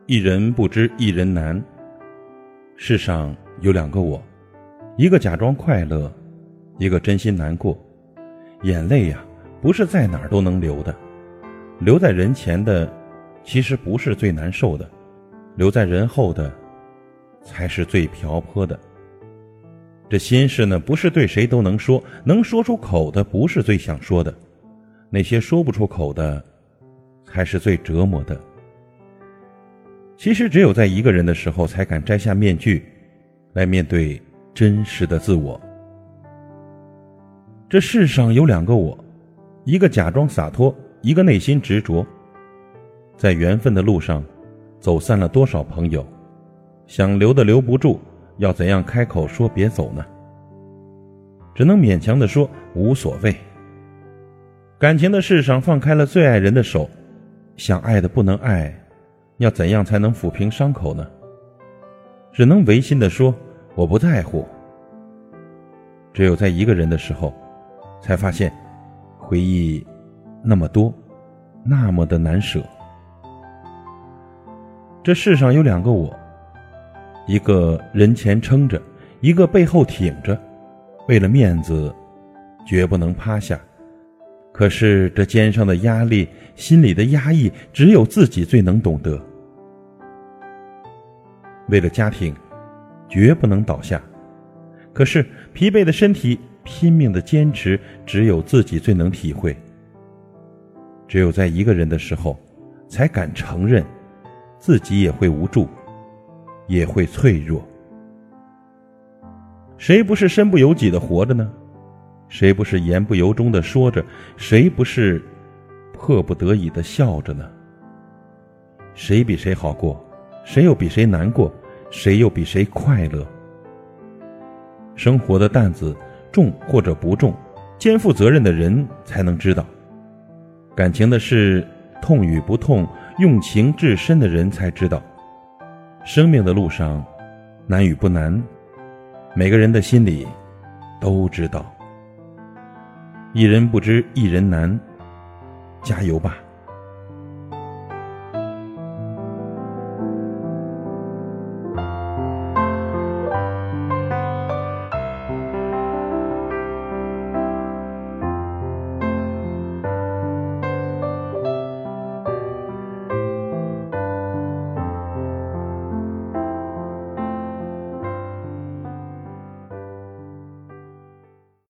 一人不知一人难。世上有两个我，一个假装快乐，一个真心难过。眼泪呀，不是在哪儿都能流的，留在人前的其实不是最难受的，留在人后的才是最瓢泼的。这心事呢，不是对谁都能说，能说出口的不是最想说的，那些说不出口的才是最折磨的。其实只有在一个人的时候，才敢摘下面具，来面对真实的自我。这世上有两个我，一个假装洒脱，一个内心执着。在缘分的路上，走散了多少朋友，想留的留不住，要怎样开口说别走呢？只能勉强地说无所谓。感情的世上，放开了最爱人的手，想爱的不能爱，要怎样才能抚平伤口呢？只能违心地说我不在乎。只有在一个人的时候，才发现回忆那么多，那么的难舍。这世上有两个我，一个人前撑着，一个背后挺着，为了面子绝不能趴下。可是这肩上的压力，心里的压抑，只有自己最能懂得。为了家庭绝不能倒下，可是疲惫的身体拼命的坚持，只有自己最能体会。只有在一个人的时候，才敢承认自己也会无助，也会脆弱。谁不是身不由己的活着呢？谁不是言不由衷的说着？谁不是迫不得已的笑着呢？谁比谁好过？谁又比谁难过？谁又比谁快乐？生活的担子重或者不重，肩负责任的人才能知道。感情的事痛与不痛，用情至深的人才知道。生命的路上难与不难，每个人的心里都知道。一人不知一人难，加油吧。